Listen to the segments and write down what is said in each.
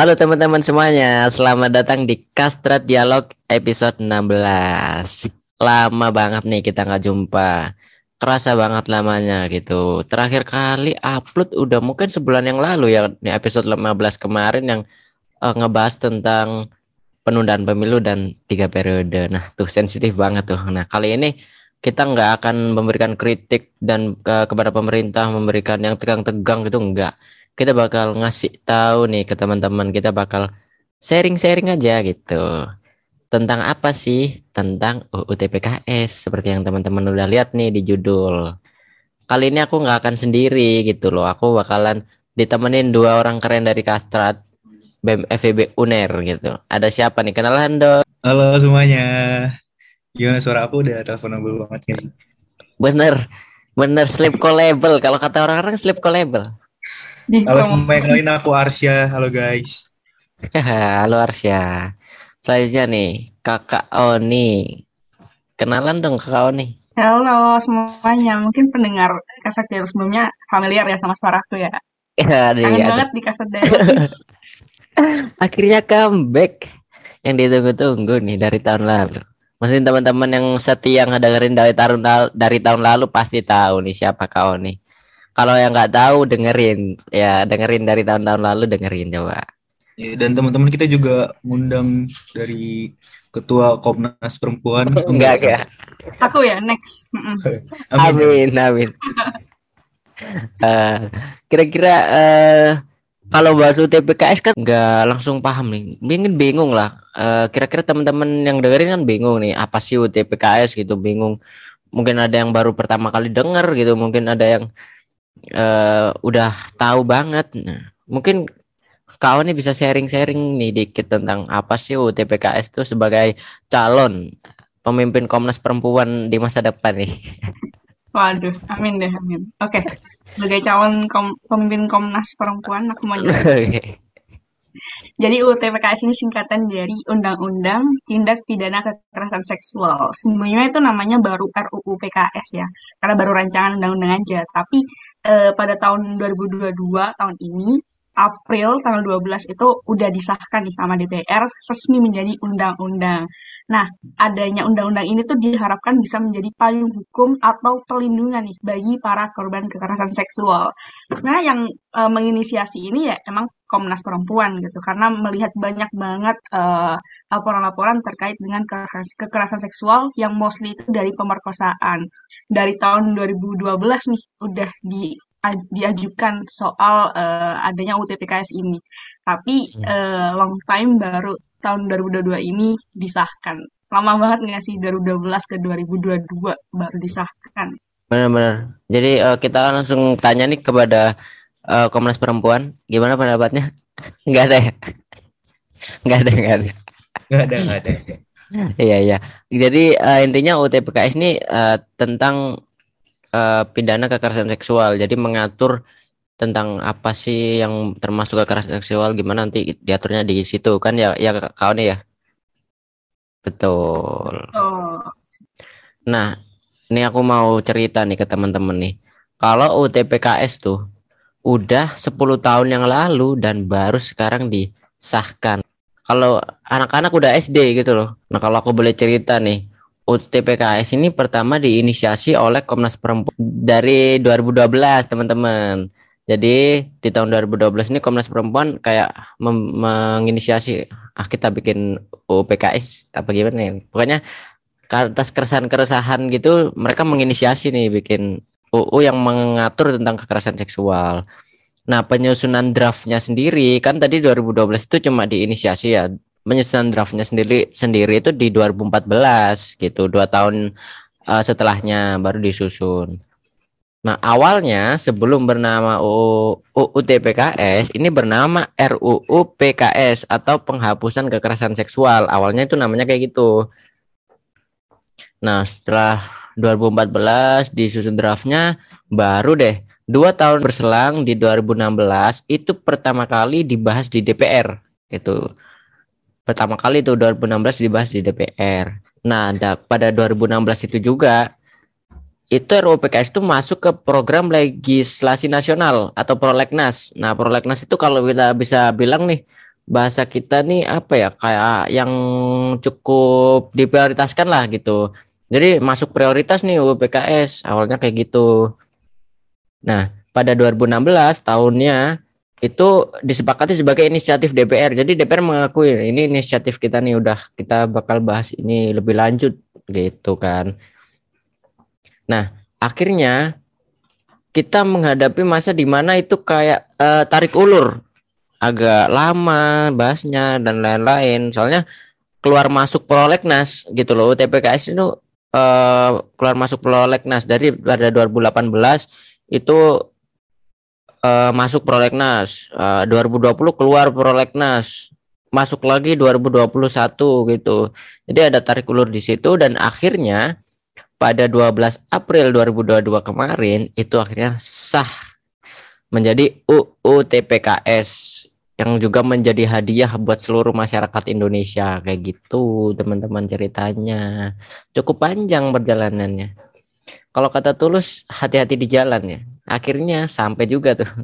Halo teman-teman semuanya, selamat datang di Kastrat Dialog episode 16. Lama banget nih kita nggak jumpa, kerasa banget lamanya gitu. Terakhir kali upload udah mungkin sebulan yang lalu ya, nih episode 15 kemarin yang ngebahas tentang penundaan pemilu dan 3 periode. Nah tuh sensitif banget tuh. Nah kali ini kita nggak akan memberikan kritik dan kepada pemerintah memberikan yang tegang-tegang gitu, enggak. Kita bakal ngasih tahu nih ke teman-teman, kita bakal sharing-sharing aja gitu. Tentang apa sih? Tentang UU TPKS seperti yang teman-teman udah lihat nih di judul. Kali ini aku nggak akan sendiri gitu loh. Aku bakalan ditemenin dua orang keren dari Kastrat BEM FEB UNER gitu. Ada siapa nih? Kenalan dong. Halo semuanya, gimana suara aku udah teleponable banget gak sih? Bener, bener sleep callable. Kalau kata orang-orang sleep callable. Di Halo promo. semuanya, kenalin aku Arsya, halo guys. Halo Arsya. Selanjutnya nih, Kakak Oni. Kenalan dong Kakak Oni. Halo semuanya, mungkin pendengar Kasat Dialog sebelumnya familiar ya sama suaraku ya. Aduh, Kangen aduh. banget di Kasat Dialog nih. Akhirnya comeback yang ditunggu-tunggu nih dari tahun lalu. Maksudnya teman-teman yang setia ngedengerin dari tahun lalu pasti tahu nih siapa Kak Oni. Kalau yang nggak tahu dengerin ya, dengerin dari tahun-tahun lalu, dengerin coba. Ya, dan teman-teman kita juga ngundang dari Ketua Komnas Perempuan, Oh, enggak enggak ya? ya. Aku ya next. Amin, amin. Amin, amin. Eh, kira-kira kalau bahas UTPKS kan nggak langsung paham nih, bingung lah. Kira-kira teman-teman yang dengerin kan bingung nih, apa sih UTPKS gitu, bingung. Mungkin ada yang baru pertama kali denger gitu, mungkin ada yang udah tahu banget. Nah, mungkin kau nih bisa sharing-sharing nih dikit tentang apa sih UTPKS itu sebagai calon pemimpin Komnas Perempuan di masa depan nih. Waduh, amin deh, amin. Oke, sebagai calon pemimpin Komnas Perempuan, aku mau jelasin. Jadi UTPKS ini singkatan dari Undang-Undang Tindak Pidana Kekerasan Seksual. Sebenarnya itu namanya baru RUU PKS ya, karena baru rancangan undang-undang aja. Tapi pada tahun 2022, tahun ini, April tanggal 12 itu udah disahkan nih sama DPR, resmi menjadi undang-undang. Nah, adanya undang-undang ini tuh diharapkan bisa menjadi payung hukum atau perlindungan nih bagi para korban kekerasan seksual. Sebenarnya yang menginisiasi ini ya emang Komnas Perempuan gitu karena melihat banyak banget laporan-laporan terkait dengan kekerasan seksual yang mostly itu dari pemerkosaan. Dari tahun 2012 nih udah diajukan soal adanya UTPKS ini. Tapi long time baru tahun 2022 ini disahkan. Lama banget nggak sih 2012 ke 2022 baru disahkan. Benar-benar. Jadi kita langsung tanya nih kepada Komnas Perempuan, gimana pendapatnya? Enggak ada ya? Enggak ada, enggak ada. Enggak ada, enggak ada. Iya, iya. Jadi intinya UTPKS ini tentang pidana kekerasan seksual. Jadi mengatur tentang apa sih yang termasuk kekerasan seksual, gimana nanti diaturnya di situ kan ya, ya kawan ya. Betul. Oh, Nah, ini aku mau cerita nih ke teman-teman nih. Kalau UTPKS tuh udah 10 tahun yang lalu dan baru sekarang disahkan. Kalau anak-anak udah SD gitu loh. Nah, kalau aku boleh cerita nih, UTPKS ini pertama diinisiasi oleh Komnas Perempuan dari 2012, teman-teman. Jadi di tahun 2012 ini Komnas Perempuan kayak menginisiasi, kita bikin UPKS apa gimana ya. Pokoknya atas keresahan-keresahan gitu mereka menginisiasi nih bikin UU yang mengatur tentang kekerasan seksual. Nah, penyusunan draftnya sendiri kan tadi 2012 itu cuma diinisiasi ya. Penyusunan draftnya sendiri itu di 2014 gitu, 2 tahun setelahnya baru disusun. Nah, awalnya sebelum bernama UU TPKS, ini bernama RUU PKS atau penghapusan kekerasan seksual. Awalnya itu namanya kayak gitu. Nah, setelah 2014 disusun draftnya, baru deh 2 tahun berselang di 2016 itu pertama kali dibahas di DPR. Itu pertama kali itu 2016 dibahas di DPR. Nah, pada 2016 itu juga itu RUU PKS itu masuk ke program legislasi nasional atau prolegnas. Nah, prolegnas itu kalau kita bisa bilang nih bahasa kita nih apa ya, kayak yang cukup diprioritaskan lah gitu. Jadi masuk prioritas nih UU PKS awalnya kayak gitu. Nah, pada 2016 tahunnya itu disepakati sebagai inisiatif DPR. Jadi DPR mengakui ini inisiatif kita nih, udah kita bakal bahas ini lebih lanjut gitu kan. Nah, akhirnya kita menghadapi masa di mana itu kayak tarik ulur, agak lama bahasnya dan lain-lain. Soalnya keluar masuk prolegnas gitu loh. UTPKS itu keluar masuk prolegnas dari pada 2018 itu masuk prolegnas, 2020 keluar prolegnas, masuk lagi 2021 gitu. Jadi ada tarik ulur di situ dan akhirnya pada 12 April 2022 kemarin itu akhirnya sah menjadi UU TPKS yang juga menjadi hadiah buat seluruh masyarakat Indonesia kayak gitu teman-teman, ceritanya cukup panjang perjalanannya. Kalau kata Tulus, hati-hati di jalan ya. Akhirnya sampai juga tuh.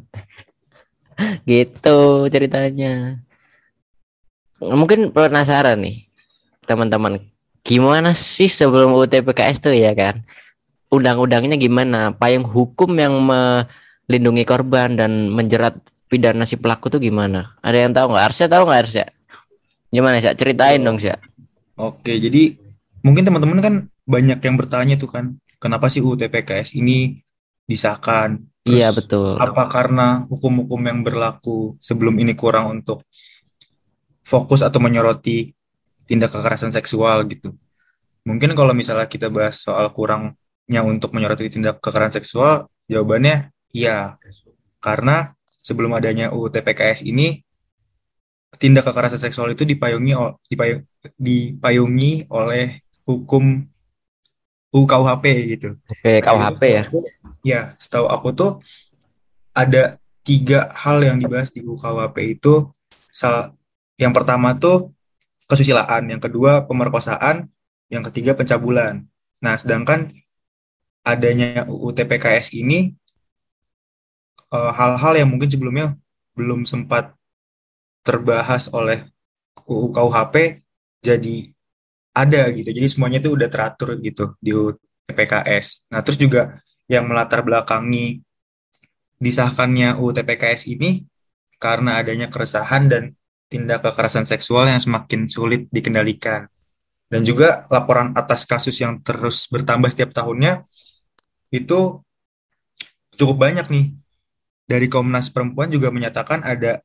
Gitu ceritanya. Mungkin penasaran nih teman-teman, gimana sih sebelum UTPKS tuh ya kan? Undang-undangnya gimana? Payung hukum yang melindungi korban dan menjerat pidana si pelaku tuh gimana? Ada yang tahu nggak? Arsya tahu nggak Arsya? Gimana sih? Ceritain dong sih. Oke, jadi mungkin teman-teman kan banyak yang bertanya tuh kan, kenapa sih UU TPKS ini disahkan? Iya Terus betul. apa karena hukum-hukum yang berlaku sebelum ini kurang untuk fokus atau menyoroti tindak kekerasan seksual gitu? Mungkin kalau misalnya kita bahas soal kurangnya untuk menyoroti tindak kekerasan seksual, jawabannya iya. Karena sebelum adanya UU TPKS ini, tindak kekerasan seksual itu dipayungi oleh hukum UU KUHP gitu. Oke, Nah, itu KUHP ya. setahu aku tuh ada 3 hal yang dibahas di UU KUHP itu. Yang pertama tuh kesusilaan, yang kedua pemerkosaan, yang ketiga pencabulan. Nah, sedangkan adanya UU TPKS ini, hal-hal yang mungkin sebelumnya belum sempat terbahas oleh UU KUHP jadi ada gitu. Jadi semuanya itu udah teratur gitu di UU TPKS. Nah, terus juga yang melatar belakangi disahkannya UU TPKS ini karena adanya keresahan dan tindak kekerasan seksual yang semakin sulit dikendalikan. Dan juga laporan atas kasus yang terus bertambah setiap tahunnya itu cukup banyak nih. Dari Komnas Perempuan juga menyatakan ada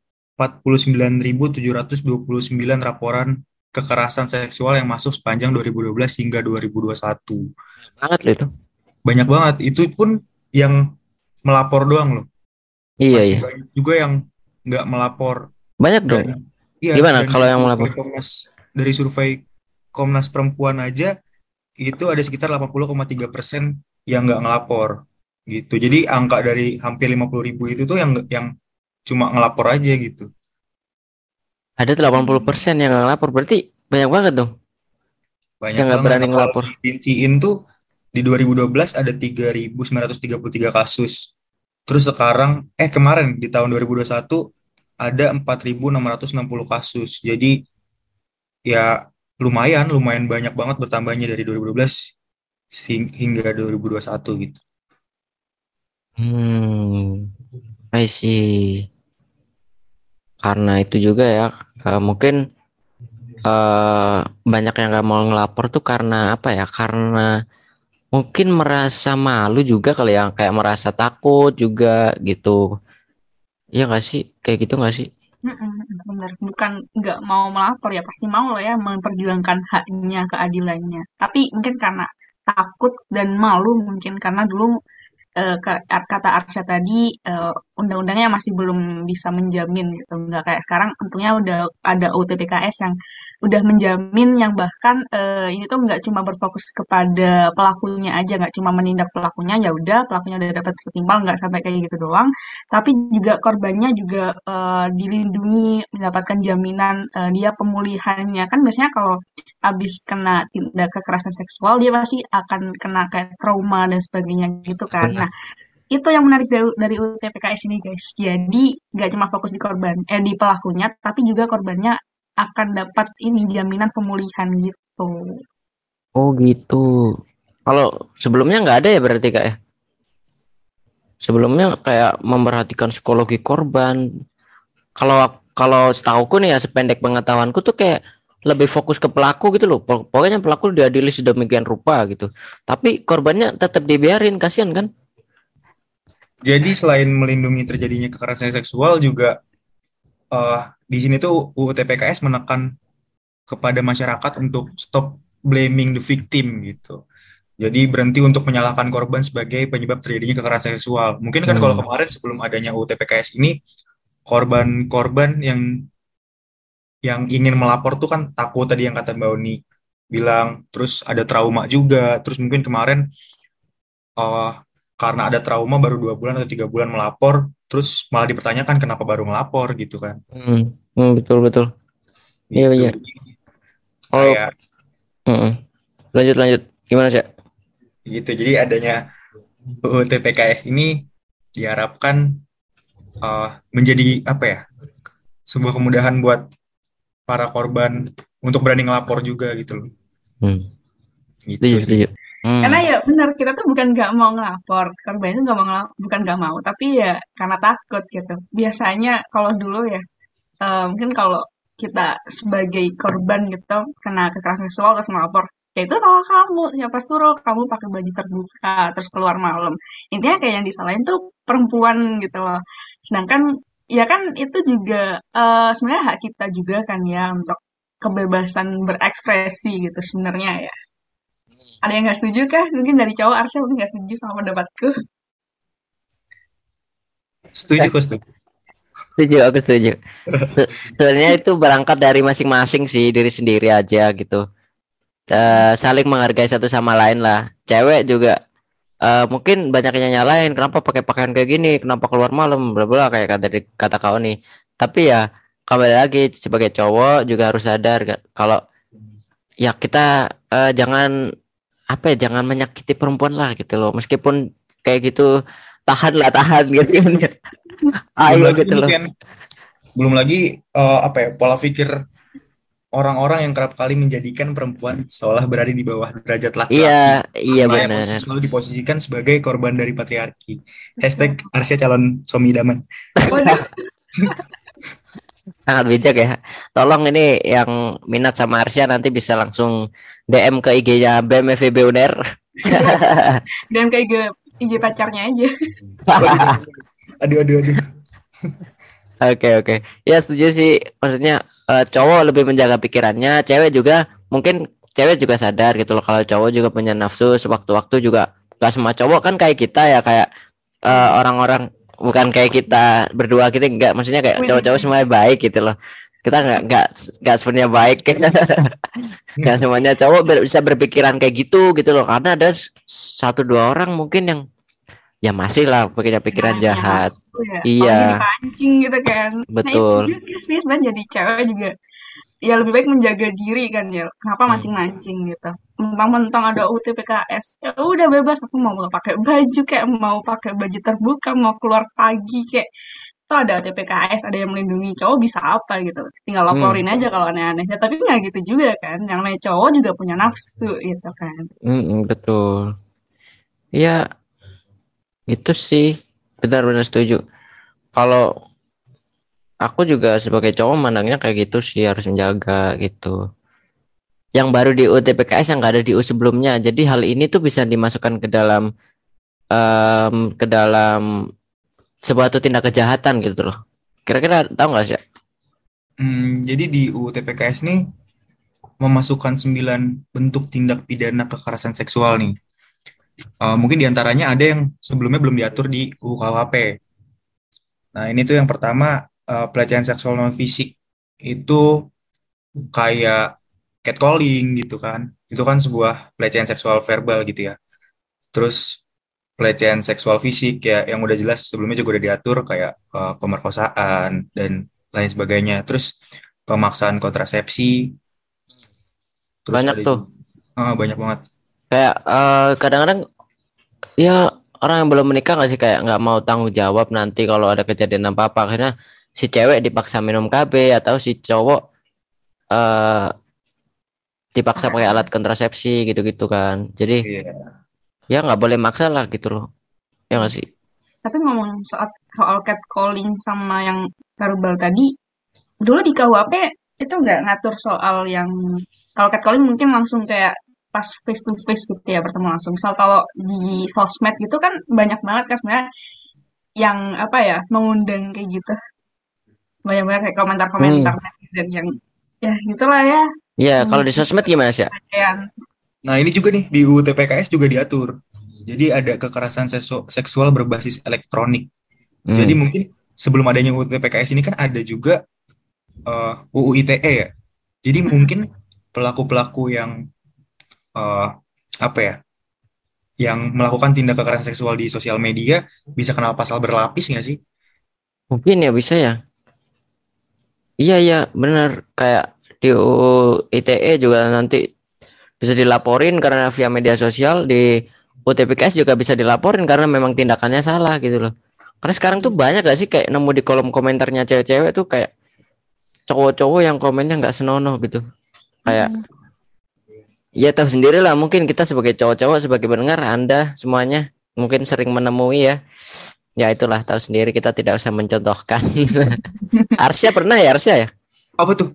49.729 laporan kekerasan seksual yang masuk sepanjang 2012 hingga 2021. Banget loh itu. Banyak banget. Itu pun yang melapor doang loh. Iya Masih iya. banyak juga yang nggak melapor. Banyak dong. Dan iya, Gimana dan kalau yang melapor? Dari survei Komnas Perempuan aja itu ada sekitar 80,3% yang nggak ngelapor gitu. Jadi angka dari hampir 50.000 itu tuh yang cuma ngelapor aja gitu. Ada 80% yang nggak ngelapor, berarti banyak banget dong Banyak yang nggak banget. berani Nah, kalau ngelapor. dirinciin tuh di 2012 ada 3.933 kasus. Terus sekarang kemarin di tahun 2021 ada 4.660 kasus. Jadi ya lumayan banyak banget bertambahnya dari 2012 hingga 2021 gitu. I see. Karena itu juga ya, mungkin banyak yang nggak mau ngelapor tuh karena apa ya? Karena mungkin merasa malu juga kali ya, kayak merasa takut juga gitu. Iya nggak sih? Kayak gitu nggak sih? Benar, bukan nggak mau melapor ya, pasti mau lah ya memperjuangkan haknya, keadilannya. Tapi mungkin karena takut dan malu mungkin karena dulu kata Arsya tadi undang-undangnya masih belum bisa menjamin gitu. Nggak kayak sekarang untungnya udah ada UTPKS yang udah menjamin, yang bahkan ini tuh nggak cuma berfokus kepada pelakunya aja, nggak cuma menindak pelakunya, ya udah pelakunya udah dapat setimpal, nggak sampai kayak gitu doang, tapi juga korbannya juga dilindungi, mendapatkan jaminan dia pemulihannya. Kan biasanya kalau habis kena tindak kekerasan seksual dia pasti akan kena kayak trauma dan sebagainya gitu kan. Benar. Nah, itu yang menarik dari UTPKS ini guys. Jadi nggak cuma fokus di di pelakunya, tapi juga korbannya akan dapat ini jaminan pemulihan gitu. Oh gitu. Kalau sebelumnya nggak ada ya berarti Kak ya? Sebelumnya kayak memperhatikan psikologi korban. Kalau setahuku nih ya, sependek pengetahuanku tuh kayak lebih fokus ke pelaku gitu loh. Pokoknya pelaku diadili sedemikian rupa gitu. Tapi korbannya tetap dibiarin, kasihan kan? Jadi selain melindungi terjadinya kekerasan seksual juga di sini tuh UU TPKS menekan kepada masyarakat untuk stop blaming the victim gitu. Jadi berhenti untuk menyalahkan korban sebagai penyebab terjadinya kekerasan seksual. Mungkin kan kalau kemarin sebelum adanya UU TPKS ini korban-korban yang ingin melapor tuh kan takut tadi yang kata Mbak Uni bilang, terus ada trauma juga, terus mungkin kemarin eh, karena ada trauma baru 2 bulan atau 3 bulan melapor, terus malah dipertanyakan kenapa baru melapor gitu kan. Betul betul. Iya Gitu. iya. Oh, Kayak lanjut. Gimana sih? gitu. Jadi adanya UU TPKS ini diharapkan menjadi apa ya? Sebuah kemudahan buat para korban untuk berani ngelapor juga gitu loh. Gitu Setuju, sih. setuju. Karena ya benar, kita tuh bukan nggak mau ngelapor, korban itu nggak mau bukan nggak mau, tapi ya karena takut gitu. Biasanya kalau dulu ya, mungkin kalau kita sebagai korban gitu kena kekerasan seksual terus melapor, ya itu salah kamu, siapa suruh kamu pakai baju terbuka terus keluar malam. Intinya kayak yang disalahin tuh perempuan gitu loh. Sedangkan ya kan itu juga sebenarnya hak kita juga kan ya untuk kebebasan berekspresi gitu sebenarnya ya. Ada yang nggak setuju kah? Mungkin dari cowok Arsya mungkin nggak setuju sama pendapatku. Setuju kok, setuju. Setuju, aku setuju. Sebenarnya itu berangkat dari masing-masing sih, diri sendiri aja gitu. Saling menghargai satu sama lain lah. Cewek juga mungkin banyak yang nyalain kenapa pakai pakaian kayak gini, kenapa keluar malam, bla bla kayak kata kau nih. Tapi ya kembali lagi sebagai cowok juga harus sadar kalau ya kita jangan apa ya, jangan menyakiti perempuan lah gitu loh. Meskipun kayak gitu tahan gitu. Ayo gitu loh. Belum lagi apa ya, pola pikir orang-orang yang kerap kali menjadikan perempuan seolah berada di bawah derajat laki-laki. Iya Yang benar. selalu diposisikan sebagai korban dari patriarki. Hashtag Arsya calon suami idaman. Sangat bijak ya. Tolong ini yang minat sama Arsya nanti bisa langsung DM ke IG-nya BMFB UNER. Dan kayak IG pacarnya aja. Aduh. Oke. Ya setuju sih. Maksudnya cowok lebih menjaga pikirannya, cewek juga mungkin cewek juga sadar gitu loh kalau cowok juga punya nafsu sewaktu-waktu juga. Gak semua cowok kan kayak kita ya, kayak orang-orang bukan kayak kita berdua gitu, enggak, maksudnya kayak cowok-cowok semuanya baik gitu loh. Kita enggak sebenarnya baik. Enggak semuanya cowok bisa berpikiran kayak gitu loh, karena ada 1-2 orang mungkin yang ya masih lah punya pikiran jahat. Ya. Iya. Pancing gitu kan. Betul. Nah itu juga sih sebenarnya jadi cewek juga ya lebih baik menjaga diri kan ya. Kenapa mancing-mancing gitu. Mentang-mentang ada UTPKS, ya udah bebas, aku mau pakai baju kayak mau pakai baju terbuka, mau keluar pagi kayak itu ada TPKS, ada yang melindungi cowok bisa apa gitu. Tinggal laporin aja kalau aneh-aneh. Ya, tapi nggak gitu juga kan. Yang lain cowok juga punya nafsu gitu kan. Betul. Ya itu sih benar-benar setuju. Kalau aku juga sebagai cowok mandangnya kayak gitu sih, harus menjaga gitu. Yang baru di UTPKS yang nggak ada di U sebelumnya. Jadi hal ini tuh bisa dimasukkan ke dalam sebuah tindak kejahatan gitu loh. Kira-kira tahu nggak sih? Jadi di UU TPKS nih memasukkan 9 bentuk tindak pidana kekerasan seksual nih. Mungkin diantaranya ada yang sebelumnya belum diatur di UU KUHP. Nah ini tuh yang pertama pelecehan seksual non fisik, itu kayak catcalling gitu kan. Itu kan sebuah pelecehan seksual verbal gitu ya. Terus pelecehan seksual fisik ya yang udah jelas sebelumnya juga udah diatur kayak pemerkosaan dan lain sebagainya. Terus pemaksaan kontrasepsi. Terus Banyak ada tuh. juga, banyak banget. Kayak kadang-kadang ya orang yang belum menikah nggak sih kayak nggak mau tanggung jawab nanti kalau ada kejadian apa-apa, akhirnya si cewek dipaksa minum KB atau si cowok eh dipaksa pakai alat kontrasepsi gitu-gitu kan. Jadi Iya. ya nggak boleh maksa lah gitu loh. Ya nggak sih? Tapi ngomong soal catcalling sama yang verbal tadi, dulu di KUHP itu nggak ngatur soal yang kalau catcalling mungkin langsung kayak pas face to face gitu ya bertemu langsung. Misal kalau di sosmed gitu kan banyak banget kan sebenarnya yang apa ya mengundang kayak gitu. Banyak banget kayak komentar-komentar dan yang ya gitulah ya. Ya kalau di sosmed gimana sih ya? Yang Nah, ini juga nih di UU TPKS juga diatur. Jadi ada kekerasan seksual berbasis elektronik. Jadi mungkin sebelum adanya UU TPKS ini kan ada juga UU ITE ya. Jadi mungkin pelaku-pelaku yang apa ya, yang melakukan tindak kekerasan seksual di sosial media bisa kena pasal berlapis nggak sih? Mungkin ya bisa ya. Iya iya benar kayak di UU ITE juga nanti bisa dilaporin karena via media sosial, di UTPKS juga bisa dilaporin karena memang tindakannya salah gitu loh. Karena sekarang tuh banyak gak sih kayak nemu di kolom komentarnya cewek-cewek tuh kayak cowok-cowok yang komennya nggak senonoh gitu. Kayak ya tahu sendiri lah mungkin kita sebagai cowok-cowok sebagai pendengar Anda semuanya mungkin sering menemui ya. Ya itulah tahu sendiri kita tidak usah mencontohkan. Arsya pernah ya Arsya ya? Apa tuh?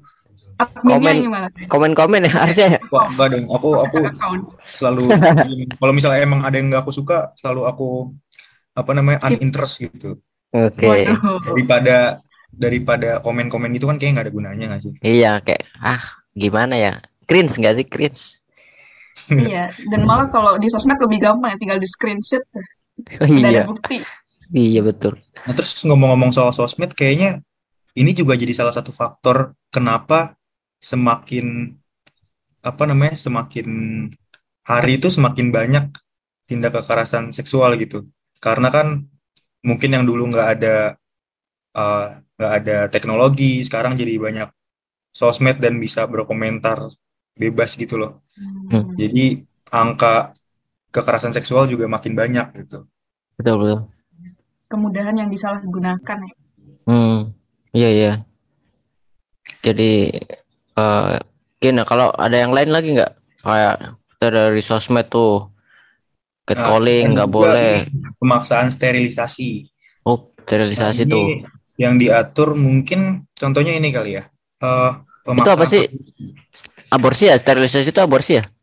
Komen ya Arsya ya? Wah, enggak dong. Aku selalu kalau misalnya emang ada yang nggak aku suka, selalu aku apa namanya uninterest gitu. Oke. Daripada komen-komen itu kan kayak nggak ada gunanya nggak sih? Iya kayak gimana ya? Cringe nggak sih cringe? Iya, dan malah kalau di sosmed lebih gampang ya tinggal di screenshot. Iya. Ada bukti. Iya betul. Nah, terus ngomong-ngomong soal sosmed, kayaknya ini juga jadi salah satu faktor kenapa semakin apa namanya, semakin hari itu semakin banyak tindak kekerasan seksual gitu. Karena kan mungkin yang dulu uh, nggak ada teknologi, sekarang jadi banyak sosmed dan bisa berkomentar bebas gitu loh. Jadi angka kekerasan seksual juga makin banyak gitu. Betul betul. Kemudahan yang disalahgunakan ya. Iya iya. Jadi gini kalau ada yang lain lagi nggak kayak dari sosmed tuh catcalling nggak boleh. Pemaksaan sterilisasi. Oh sterilisasi tuh. Yang diatur mungkin contohnya ini kali ya. Itu apa sih? Aborsi ya? Sterilisasi itu aborsi ya?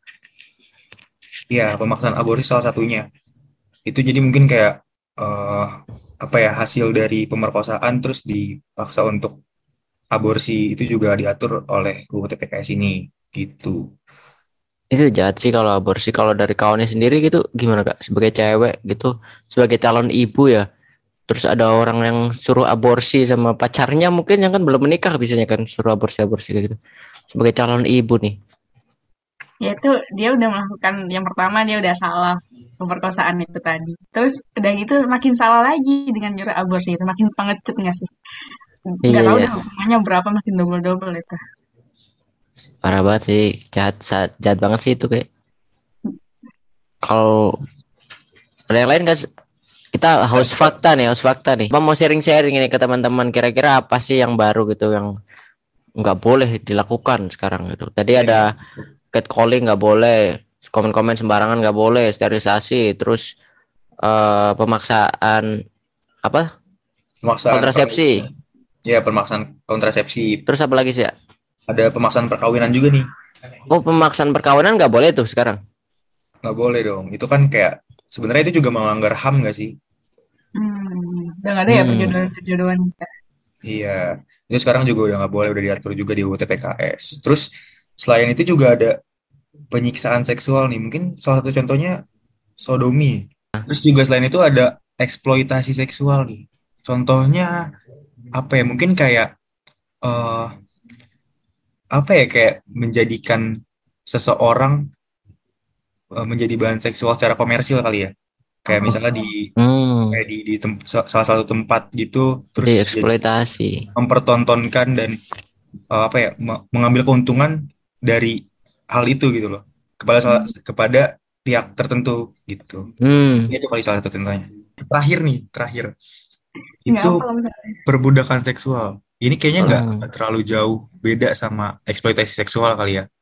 Iya, pemaksaan aborsi salah satunya. Itu jadi mungkin kayak apa ya, hasil dari pemerkosaan terus dipaksa untuk aborsi, itu juga diatur oleh UU TPKS ini gitu. Itu jahat sih kalau aborsi. Kalau dari kawannya sendiri gitu gimana Kak? Sebagai cewek gitu, sebagai calon ibu ya. Terus ada orang yang suruh aborsi sama pacarnya mungkin yang kan belum menikah biasanya kan suruh aborsi kayak gitu. Sebagai calon ibu nih. Ya itu dia udah melakukan yang pertama dia udah salah pemerkosaan itu tadi. Terus udah gitu makin salah lagi dengan nyuruh aborsi itu makin pengecut nggak sih? Nggak tahu deh hukumannya berapa makin double itu. Parah banget sih, jahat banget sih itu kayak. Kalau ada yang lain guys, kita haus fakta nih. Apa mau sharing-sharing ini ke teman-teman kira-kira apa sih yang baru gitu yang nggak boleh dilakukan sekarang gitu. Tadi ada catcalling nggak boleh, komen-komen sembarangan nggak boleh, sterilisasi, terus pemaksaan apa? Kontrasepsi. Ya, pemaksaan kontrasepsi. Terus apa lagi sih ya? Ada pemaksaan perkawinan juga nih. Oh, pemaksaan perkawinan nggak boleh tuh sekarang? Nggak boleh dong. Itu kan kayak sebenarnya itu juga melanggar HAM nggak sih? Udah nggak ada ya perjodohan kita. Iya. Itu sekarang juga udah nggak boleh, udah diatur juga di UU TPKS. Terus selain itu juga ada penyiksaan seksual nih. Mungkin salah satu contohnya sodomi. Terus juga selain itu ada eksploitasi seksual nih. Contohnya apa ya? Mungkin kayak apa ya, kayak menjadikan seseorang menjadi bahan seksual secara komersil kali ya. Kayak misalnya kayak di salah satu tempat gitu, terus eksploitasi, mempertontonkan dan apa ya, mengambil keuntungan dari hal itu gitu loh kepada pihak tertentu gitu. Itu kali salah satu contohnya. Terakhir Nggak itu apa kalau misalnya. perbudakan seksual. Ini kayaknya nggak terlalu jauh beda sama eksploitasi seksual kali ya.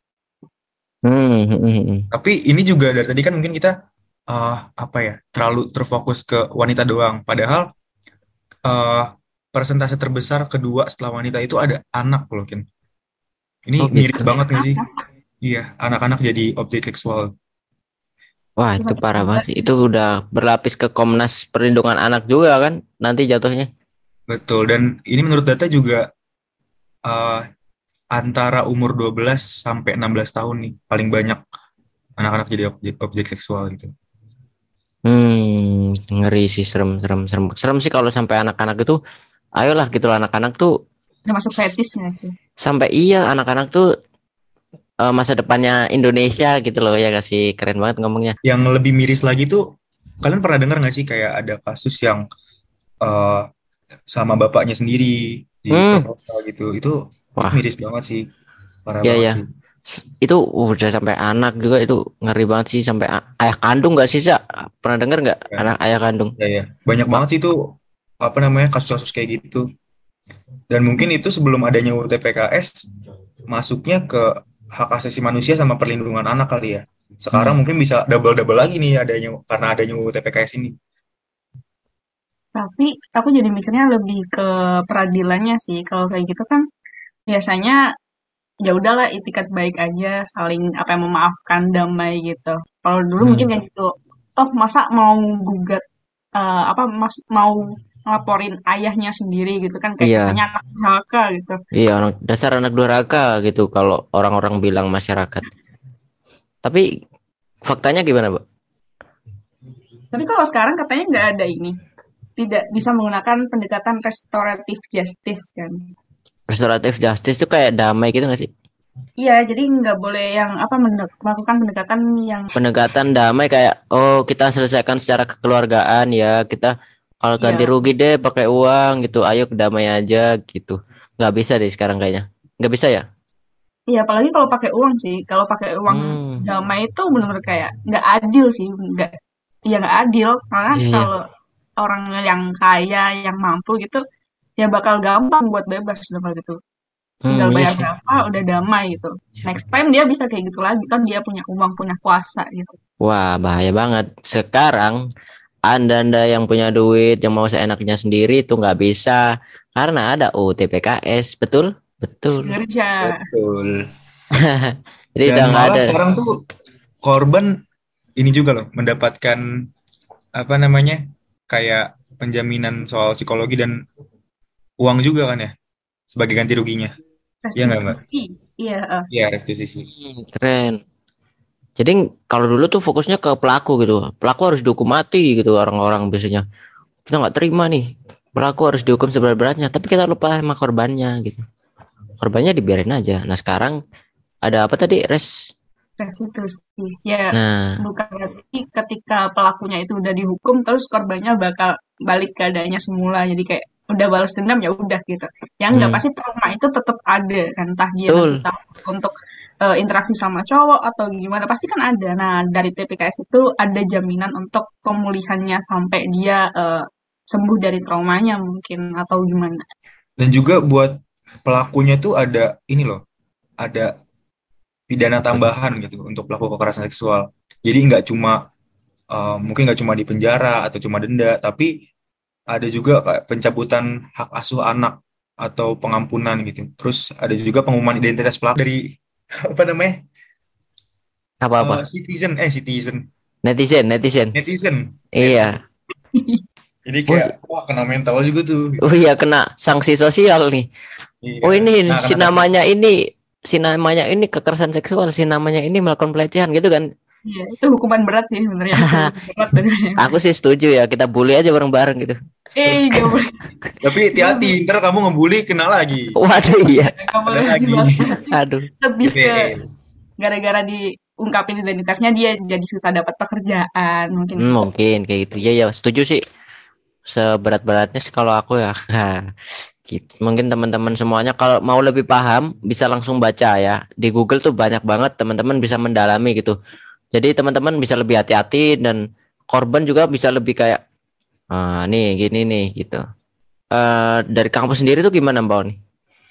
Tapi ini juga dari tadi kan mungkin kita terlalu terfokus ke wanita doang. Padahal persentase terbesar kedua setelah wanita itu ada anak loh, Kin. Ini mirip banget nggak sih? Iya, anak-anak jadi objek seksual. Wah, itu parah banget sih. Itu udah berlapis ke Komnas Perlindungan Anak juga kan nanti jatuhnya. Betul, dan ini menurut data juga antara umur 12 sampai 16 tahun nih paling banyak anak-anak jadi objek seksual gitu. Ngeri sih, serem sih kalau sampai anak-anak itu. Ayolah gitu loh, anak-anak tuh Udah masuk fetis nggak sih? Sampai anak-anak tuh masa depannya Indonesia gitu loh ya, gak sih? Keren banget ngomongnya. Yang lebih miris lagi tuh, kalian pernah dengar nggak sih kayak ada kasus yang sama bapaknya sendiri diperkosa gitu? Itu miris banget sih, parah banget sih. Itu udah sampai anak juga, itu ngeri banget sih. Sampai ayah kandung nggak sih, Sa? Pernah dengar nggak anak ayah kandung? Ya. Banyak banget sih itu kasus-kasus kayak gitu. Dan mungkin itu sebelum adanya UTPKS masuknya ke hak asasi manusia sama perlindungan anak kali ya. Sekarang mungkin bisa double lagi nih karena adanya UTPKS ini. Tapi aku jadi mikirnya lebih ke peradilannya sih. Kalau kayak gitu kan biasanya ya udahlah itikat baik aja, saling memaafkan, damai gitu. Kalau dulu mungkin kayak gitu. Oh, masa mau gugat mau ngelaporin ayahnya sendiri gitu kan, kayak misalnya anak durhaka gitu. Iya, dasar anak durhaka gitu kalau orang-orang bilang masyarakat. Tapi faktanya gimana, Bu? Tapi kalau sekarang katanya nggak ada ini. Tidak bisa menggunakan pendekatan restoratif justice kan. Restoratif justice itu kayak damai gitu nggak sih? Iya, jadi nggak boleh yang melakukan pendekatan damai kayak kita selesaikan secara kekeluargaan ya, kita kalau ganti rugi deh pakai uang gitu, ayo damai aja gitu. Nggak bisa deh sekarang kayaknya. Nggak bisa ya? Iya, apalagi kalau pakai uang sih. Kalau pakai uang damai itu benar-benar kayak nggak adil sih, nggak adil karena kalau orang yang kaya, yang mampu gitu, ya bakal gampang buat bebas udah gitu. Tinggal bayar berapa, udah damai gitu. Next time dia bisa kayak gitu lagi kan, dia punya uang, punya kuasa gitu. Wah, bahaya banget. Sekarang Anda yang punya duit, yang mau seenaknya sendiri itu nggak bisa karena ada UTPKS, betul? Betul. Jadi dan malah ada. Sekarang tuh korban ini juga loh mendapatkan kayak penjaminan soal psikologi dan uang juga kan ya sebagai ganti ruginya. Iya nggak, Mbak? Iya, restitusi. Keren. Jadi kalau dulu tuh fokusnya ke pelaku gitu. Pelaku harus dihukum mati gitu, orang-orang biasanya. Kita nggak terima nih, pelaku harus dihukum seberat-beratnya. Tapi kita lupa sama korbannya gitu. Korbannya dibiarin aja. Nah sekarang ada apa tadi? Restitusi. Ya, bukan berarti ketika pelakunya itu udah dihukum terus korbannya bakal balik keadaannya semula. Jadi kayak udah balas dendam ya udah gitu. Yang nggak pasti trauma itu tetap ada kan, entah dia nanti untuk interaksi sama cowok atau gimana pasti kan ada. Nah, dari TPKS itu ada jaminan untuk pemulihannya sampai dia sembuh dari traumanya mungkin atau gimana. Dan juga buat pelakunya tuh ada ini loh, ada pidana tambahan gitu untuk pelaku kekerasan seksual. Jadi mungkin nggak cuma di penjara atau cuma denda, tapi ada juga kayak pencabutan hak asuh anak atau pengampunan gitu. Terus ada juga pengumuman identitas pelaku dari netizen. Iya. Jadi kayak kena mental juga tuh. Oh iya, kena sanksi sosial nih. Iya. Oh ini si namanya ini kekerasan seksual, si namanya ini melakukan pelecehan gitu kan. Iya, itu hukuman berat sih sebenarnya. Aku sih setuju ya, kita bully aja bareng-bareng gitu. Gak boleh. Tapi hati-hati, ntar kamu ngebully kena lagi. Waduh iya. Gak boleh lagi. Aduh. Lebih ke gara-gara diungkapin identitasnya dia jadi susah dapat pekerjaan mungkin. Mungkin kayak gitu. Ya setuju sih. Seberat-beratnya sih kalau aku ya. Gitu. Mungkin teman-teman semuanya kalau mau lebih paham bisa langsung baca ya. Di Google tuh banyak banget, teman-teman bisa mendalami gitu. Jadi teman-teman bisa lebih hati-hati dan korban juga bisa lebih kayak nih gini nih gitu. Dari kampus sendiri tuh gimana Mbak Oni?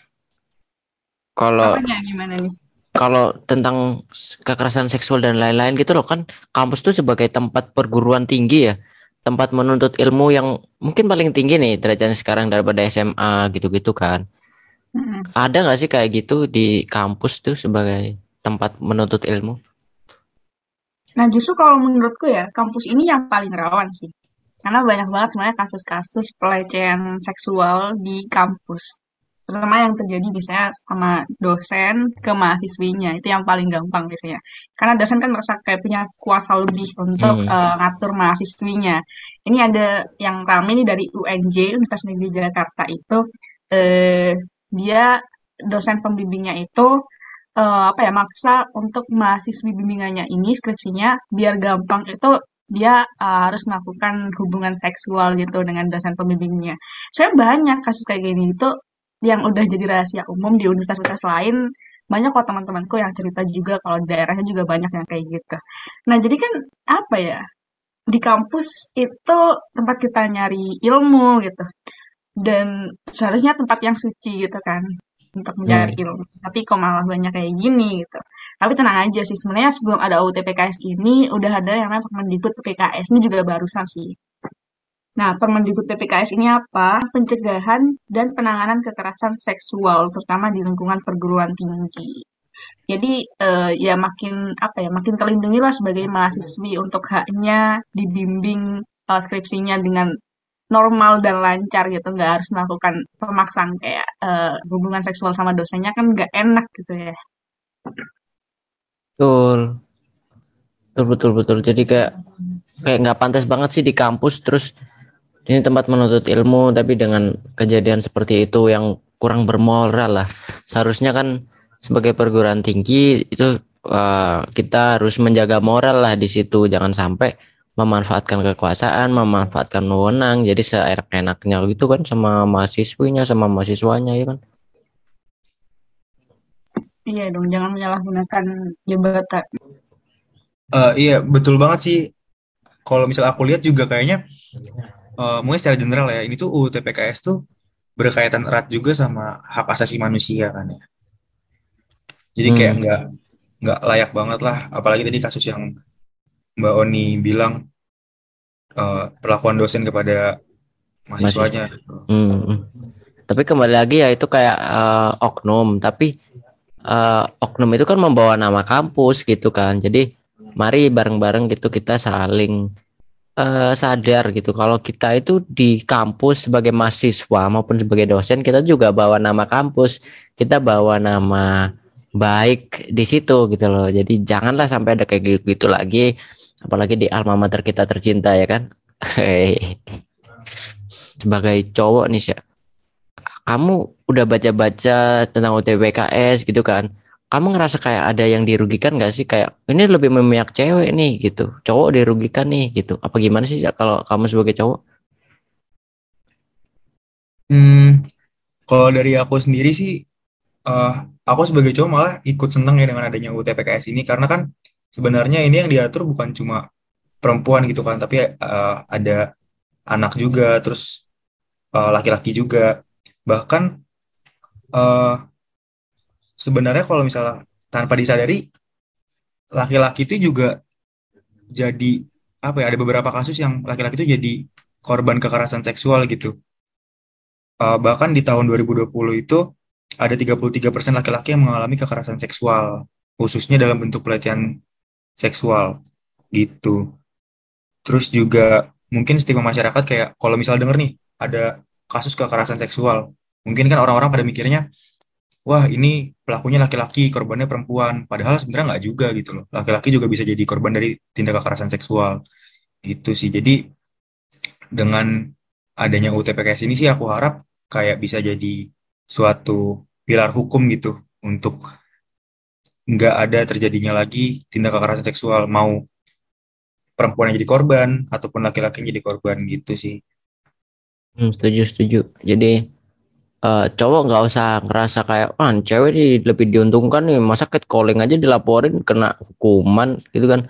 Kalau Apanya gimana nih? kalau tentang kekerasan seksual dan lain-lain gitu loh, kan kampus tuh sebagai tempat perguruan tinggi ya, tempat menuntut ilmu yang mungkin paling tinggi nih derajatnya sekarang daripada SMA gitu-gitu kan. Mm-mm. Ada nggak sih kayak gitu di kampus tuh sebagai tempat menuntut ilmu? Nah, justru kalau menurutku ya, kampus ini yang paling rawan sih. Karena banyak banget sebenarnya kasus-kasus pelecehan seksual di kampus. Terutama yang terjadi biasanya sama dosen ke mahasiswinya. Itu yang paling gampang biasanya. Karena dosen kan merasa kayak punya kuasa lebih untuk Hmm. ngatur mahasiswinya. Ini ada yang rame nih dari UNJ, Universitas Negeri Jakarta itu. Eh, dia dosen pembimbingnya itu apa ya, maksa untuk mahasiswi bimbingannya ini skripsinya biar gampang itu dia harus melakukan hubungan seksual gitu dengan dosen pembimbingnya. Soalnya banyak kasus kayak gini itu yang udah jadi rahasia umum di universitas lain. Banyak kok teman-temanku yang cerita juga kalau di daerahnya juga banyak yang kayak gitu. Nah, jadi kan apa ya? Di kampus itu tempat kita nyari ilmu gitu. Dan seharusnya tempat yang suci gitu kan untuk mencari Hmm. ilmu. Tapi kok malah banyak kayak gini gitu. Tapi tenang aja sih, sebenarnya sebelum ada UU TPKS ini udah ada yang namanya Permendikbud PPKS ini juga barusan sih. Nah, Permendikbud PPKS ini apa? Pencegahan dan penanganan kekerasan seksual terutama di lingkungan perguruan tinggi. Jadi ya makin apa ya, makin terlindungi lah sebagai mahasiswi untuk haknya dibimbing skripsinya dengan normal dan lancar gitu, nggak harus melakukan pemaksaan kayak hubungan seksual sama dosennya kan nggak enak gitu ya. Betul, betul, betul, betul. Jadi kayak kayak nggak pantas banget sih di kampus. Terus ini tempat menuntut ilmu, tapi dengan kejadian seperti itu yang kurang bermoral lah. Seharusnya kan sebagai perguruan tinggi itu kita harus menjaga moral lah di situ. Jangan sampai memanfaatkan kekuasaan, memanfaatkan wewenang. Jadi seenak-enaknya gitu kan sama mahasiswinya, sama mahasiswanya ya kan. Iya dong, jangan menyalahgunakan jabatan. Iya, betul banget sih. Kalau misal aku lihat juga kayaknya, mungkin secara general ya, ini tuh UU TPKS tuh berkaitan erat juga sama hak asasi manusia kan ya. Jadi kayak Hmm. nggak layak banget lah. Apalagi tadi kasus yang Mbak Oni bilang, perlakuan dosen kepada Masih. mahasiswanya. Hmm. Tapi kembali lagi ya itu kayak oknum. Tapi oknum itu kan membawa nama kampus gitu kan. Jadi mari bareng-bareng gitu kita saling sadar gitu kalau kita itu di kampus sebagai mahasiswa maupun sebagai dosen kita juga bawa nama kampus, kita bawa nama baik di situ gitu loh. Jadi janganlah sampai ada kayak gitu lagi, apalagi di alma mater kita tercinta ya kan. Sebagai cowok nih sih, kamu udah baca-baca tentang UTBKS gitu kan? Kamu ngerasa kayak ada yang dirugikan nggak sih? Kayak ini lebih memihak cewek nih gitu, cowok dirugikan nih gitu. Apa gimana sih Cak, kalau kamu sebagai cowok? Hmm, kalau dari aku sendiri sih, eh, aku sebagai cowok malah ikut seneng ya dengan adanya UU TPKS ini karena kan sebenarnya ini yang diatur bukan cuma perempuan gitu kan, tapi ada anak juga, terus laki-laki juga. Bahkan eh, sebenarnya kalau misalnya tanpa disadari, laki-laki itu juga jadi apa ya? Ada beberapa kasus yang laki-laki itu jadi korban kekerasan seksual gitu. Bahkan di tahun 2020 itu ada 33% laki-laki yang mengalami kekerasan seksual, khususnya dalam bentuk pelecehan seksual gitu. Terus juga mungkin stigma masyarakat kayak kalau misal denger nih ada kasus kekerasan seksual, mungkin kan orang-orang pada mikirnya, wah ini pelakunya laki-laki, korbannya perempuan. Padahal sebenarnya nggak juga gitu loh. Laki-laki juga bisa jadi korban dari tindak kekerasan seksual gitu sih. Jadi dengan adanya UTPKS ini sih aku harap kayak bisa jadi suatu pilar hukum gitu untuk nggak ada terjadinya lagi tindak kekerasan seksual, mau perempuan yang jadi korban ataupun laki-laki yang jadi korban gitu sih. Setuju, setuju. Jadi cowok nggak usah ngerasa kayak ah cewek nih lebih diuntungkan nih, masa catcalling aja dilaporin kena hukuman gitu kan.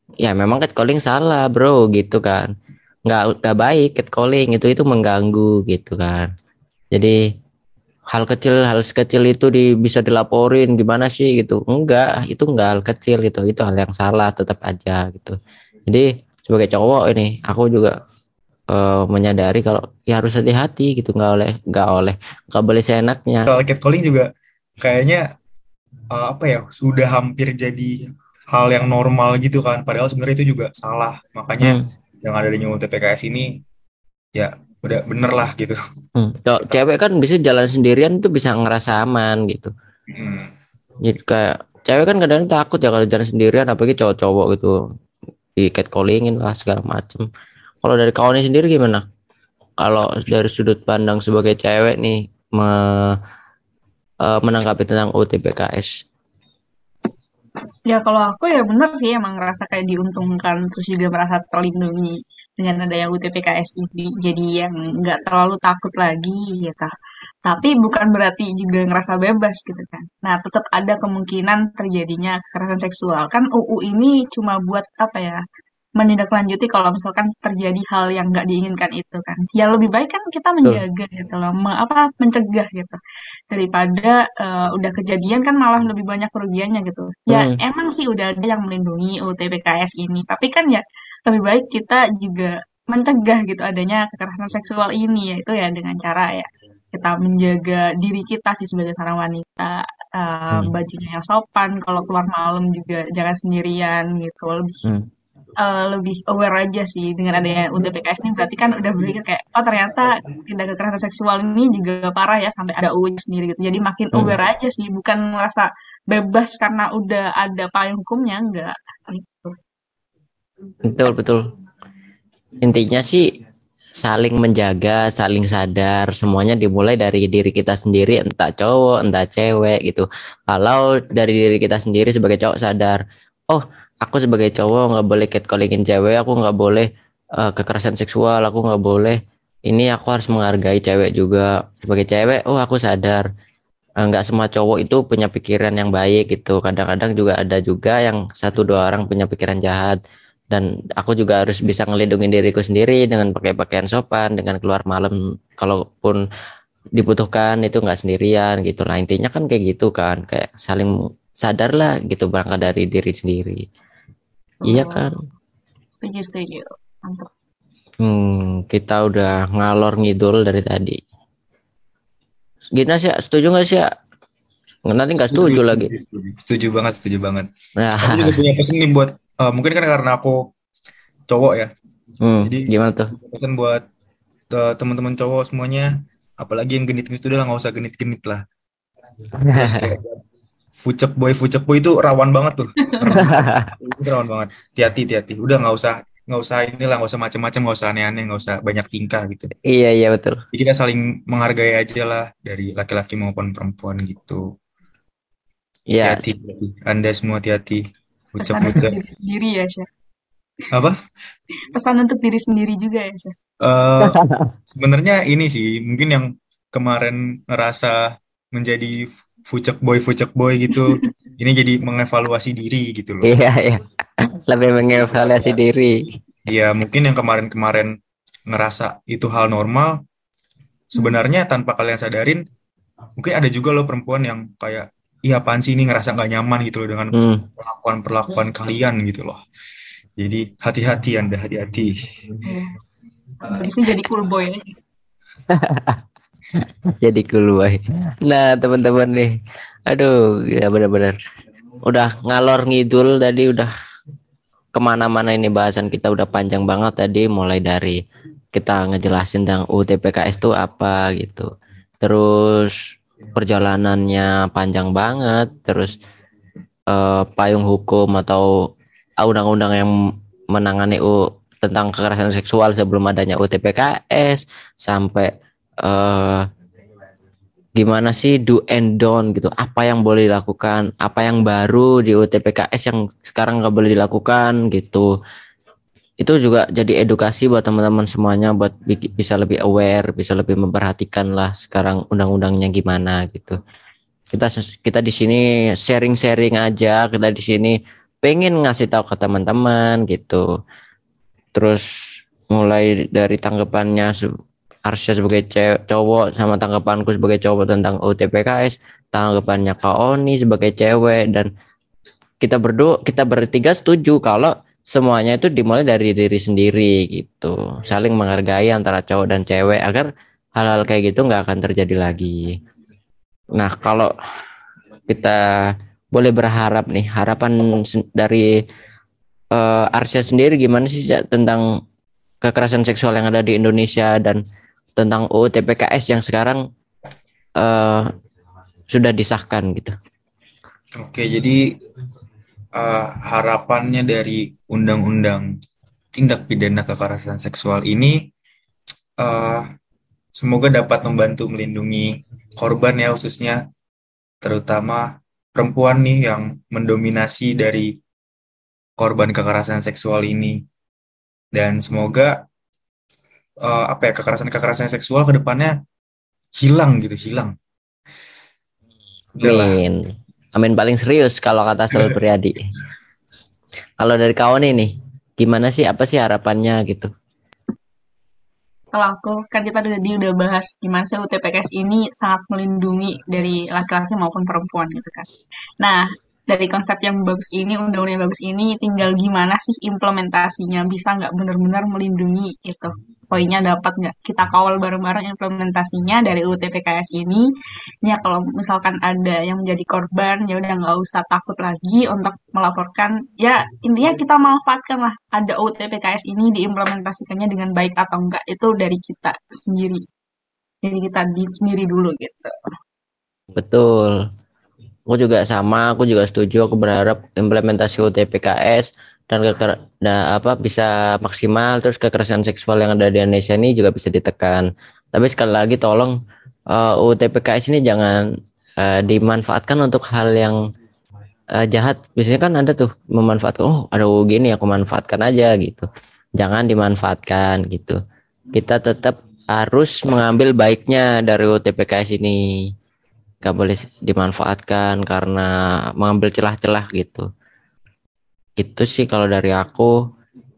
Ya memang catcalling salah bro gitu kan, nggak baik catcalling, itu mengganggu gitu kan. Jadi hal sekecil itu bisa dilaporin gimana sih gitu, itu enggak hal kecil gitu, itu hal yang salah tetap aja gitu. Jadi sebagai cowok ini aku juga menyadari kalau ya harus hati-hati gitu, nggak boleh seenaknya. Soal catcalling juga kayaknya apa ya, sudah hampir jadi hal yang normal gitu kan, padahal sebenarnya itu juga salah. Makanya Hmm. yang adanya UTPKS ini ya udah bener lah gitu. Kalau Kita, cewek kan bisa jalan sendirian tuh bisa ngerasa aman gitu. hmm, Jadi kayak cewek kan kadang takut ya kalau jalan sendirian, apalagi cowok-cowok gitu, di catcallingin lah segala macem. Kalau dari kawannya sendiri gimana? Kalau dari sudut pandang sebagai cewek nih, menanggapi tentang UTPKS. Ya kalau aku ya bener sih emang ngerasa kayak diuntungkan terus juga merasa terlindungi dengan adanya UTPKS ini. Jadi yang nggak terlalu takut lagi gitu. Tapi bukan berarti juga ngerasa bebas gitu kan. Nah tetap ada kemungkinan terjadinya kekerasan seksual. Kan UU ini cuma buat apa ya, menindaklanjuti kalau misalkan terjadi hal yang nggak diinginkan itu kan. Ya lebih baik kan kita Betul. menjaga gitu loh, mencegah gitu. Daripada udah kejadian kan malah lebih banyak kerugiannya gitu. Ya Hmm. emang sih udah ada yang melindungi UTPKS ini, tapi kan ya lebih baik kita juga mencegah gitu adanya kekerasan seksual ini, yaitu ya dengan cara ya kita menjaga diri kita sih sebagai seorang wanita, Hmm. bajunya yang sopan, kalau keluar malam juga jangan sendirian gitu, Hmm. lebih aware aja sih dengan adanya UTPKS ini, berarti kan udah berpikir kayak, oh ternyata tindak kekerasan seksual ini juga parah ya sampai ada UU sendiri gitu. Jadi makin Hmm. aware aja sih, bukan merasa bebas karena udah ada payung hukumnya, enggak gitu. Betul, betul. Intinya sih saling menjaga, saling sadar, semuanya dimulai dari diri kita sendiri, entah cowok, entah cewek gitu. Kalau dari diri kita sendiri sebagai cowok sadar, oh aku sebagai cowok nggak boleh catcallingin cewek, aku nggak boleh kekerasan seksual, aku nggak boleh ini, aku harus menghargai cewek juga. Sebagai cewek, oh aku sadar, nggak semua cowok itu punya pikiran yang baik gitu. Kadang-kadang juga ada juga yang satu dua orang punya pikiran jahat. Dan aku juga harus bisa ngelindungin diriku sendiri dengan pakai pakaian sopan, dengan keluar malam kalaupun dibutuhkan, itu nggak sendirian gitu lah. Intinya kan kayak gitu kan, kayak saling sadar lah gitu, berangkat dari diri sendiri. Iya Oh, kan? setuju, setuju. Mantap. Kita udah ngalor ngidul dari tadi. Gina sih, setuju nggak sih? Nanti nggak setuju, setuju lagi. setuju, setuju. Setuju banget, setuju banget. Aku juga Nah, punya pesan nih buat, mungkin kan karena aku cowok ya, jadi gimana tuh? pesan buat teman-teman cowok semuanya, apalagi yang genit-genit, udah lah nggak usah genit-genit lah. Terus kayak fucek boy itu rawan banget tuh, itu rawan banget. Hati-hati, hati-hati. Udah nggak usah inilah, nggak usah macam-macam, nggak usah aneh-aneh, nggak usah banyak tingkah gitu. Iya, iya betul. Jadi kita saling menghargai aja lah, dari laki-laki maupun perempuan gitu. Ya, Hati-hati, hati. Anda semua hati-hati. Pesan untuk Ucap-ucap. diri sendiri ya, Syah. Apa? Pesan untuk diri sendiri juga ya, Syah. eh Sebenarnya ini sih, mungkin yang kemarin ngerasa menjadi fucek boy gitu, ini jadi mengevaluasi diri gitu loh. iya, iya. Lebih mengevaluasi diri. Ya mungkin yang kemarin-kemarin ngerasa itu hal normal, sebenarnya tanpa kalian sadarin, mungkin ada juga loh perempuan yang kayak, iya apaan sih ini, ngerasa nggak nyaman gitu loh dengan Hmm, perlakuan-perlakuan kalian gitu loh. Jadi hati-hati Anda, hati-hati. Oh, habisnya jadi cool boy ya. jadi keluar. Nah, teman-teman nih. Aduh, ya benar-benar. Udah ngalor ngidul tadi, udah kemana-mana ini bahasan kita, udah panjang banget tadi, mulai dari kita ngejelasin tentang UTPKS itu apa gitu. Terus perjalanannya panjang banget, terus payung hukum atau undang-undang yang menangani tentang kekerasan seksual sebelum adanya UTPKS, sampai eh, gimana sih do and don't gitu, apa yang boleh dilakukan, apa yang baru di UTPKS yang sekarang nggak boleh dilakukan gitu. Itu juga jadi edukasi buat teman-teman semuanya, buat bisa lebih aware, bisa lebih memperhatikan lah sekarang undang-undangnya gimana gitu. Kita kita di sini sharing-sharing aja, kita di sini pengen ngasih tahu ke teman-teman gitu. Terus mulai dari tanggapannya Arsya sebagai cowok sama tanggapanku sebagai cowok tentang UTPKS, tanggapannya Kak Oni sebagai cewek, dan kita bertiga setuju kalau semuanya itu dimulai dari diri sendiri gitu, saling menghargai antara cowok dan cewek agar hal-hal kayak gitu nggak akan terjadi lagi. Nah, kalau kita boleh berharap nih, harapan dari Arsya sendiri gimana sih tentang kekerasan seksual yang ada di Indonesia dan tentang UU TPKS yang sekarang sudah disahkan gitu. Oke, jadi harapannya dari undang-undang tindak pidana kekerasan seksual ini semoga dapat membantu melindungi korban ya, khususnya terutama perempuan nih yang mendominasi dari korban kekerasan seksual ini. Dan semoga kekerasan seksual ke depannya hilang gitu, hilang. Udahlah. Amin. Amin paling serius kalau kata Sel Priadi. Kalau dari kawan ini, gimana sih, apa sih harapannya gitu? Kalau aku, kan kita udah bahas gimana sih UTPKS ini sangat melindungi dari laki-laki maupun perempuan gitu kan. Nah, dari konsep yang bagus ini, undang-undang yang bagus ini, tinggal gimana sih implementasinya, bisa nggak benar-benar melindungi itu. Poinnya dapat nggak kita kawal bareng-bareng implementasinya dari UTPKS ini. Ya kalau misalkan ada yang menjadi korban, ya udah nggak usah takut lagi untuk melaporkan. Ya intinya kita manfaatkan lah ada UTPKS ini, diimplementasikannya dengan baik atau enggak itu dari kita sendiri. Jadi kita sendiri dulu gitu. Betul. Aku juga setuju. Aku berharap implementasi UTPKS dan bisa maksimal, terus kekerasan seksual yang ada di Indonesia ini juga bisa ditekan. Tapi sekali lagi tolong UTPKS ini jangan dimanfaatkan untuk hal yang jahat. Biasanya kan ada tuh memanfaatkan, oh ada gini aku manfaatkan aja gitu. Jangan dimanfaatkan gitu. Kita tetap harus mengambil baiknya dari UTPKS ini. Gak boleh dimanfaatkan karena mengambil celah-celah gitu. Itu sih kalau dari aku.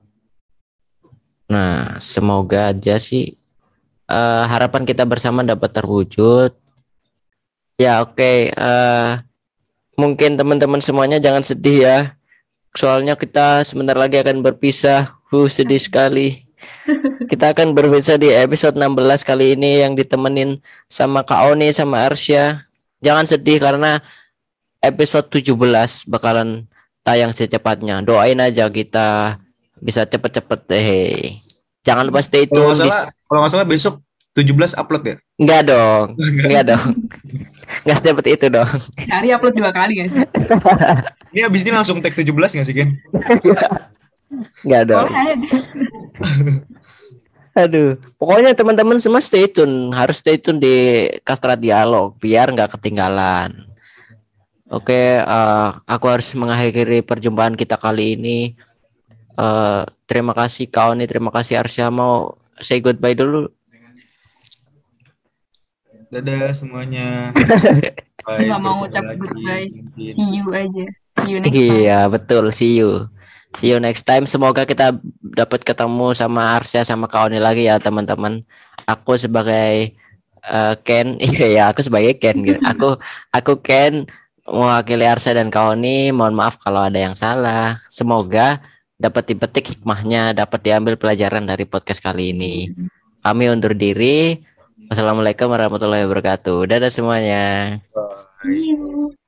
Nah, semoga aja sih harapan kita bersama dapat terwujud. Ya oke. Mungkin teman-teman semuanya jangan sedih ya. Soalnya kita sebentar lagi akan berpisah. Sedih sekali. Kita akan berpisah di episode 16 kali ini yang ditemenin sama Kak Oni sama Arsya. Jangan sedih karena episode 17 bakalan tayang secepatnya. Doain aja kita bisa cepet-cepet deh. Jangan lupa stay tune. Kalau nggak salah besok 17 upload ya? Enggak dong. Enggak dong. Enggak seperti itu dong. Hari upload 2 kali guys. Ini abis ini langsung tag 17 nggak sih, Ken? Enggak dong. Aduh, pokoknya teman-teman semua stay tune, harus stay tune di Kastra Dialog biar nggak ketinggalan. Oke, aku harus mengakhiri perjumpaan kita kali ini. Terima kasih Kaoni, terima kasih Arsya. Mau say goodbye dulu. Dadah semuanya. Nggak mau ucap goodbye. See you aja. See you next time. Iya betul, see you. See you next time. Semoga kita dapat ketemu sama Arsya sama Kaoni lagi ya teman-teman. Aku sebagai Ken, iya aku sebagai Ken gitu. Aku Ken mewakili Arsya dan Kaoni. Mohon maaf kalau ada yang salah. Semoga dapat dipetik hikmahnya, dapat diambil pelajaran dari podcast kali ini. Kami undur diri. Wassalamualaikum warahmatullahi wabarakatuh. Dadah semuanya. Bye.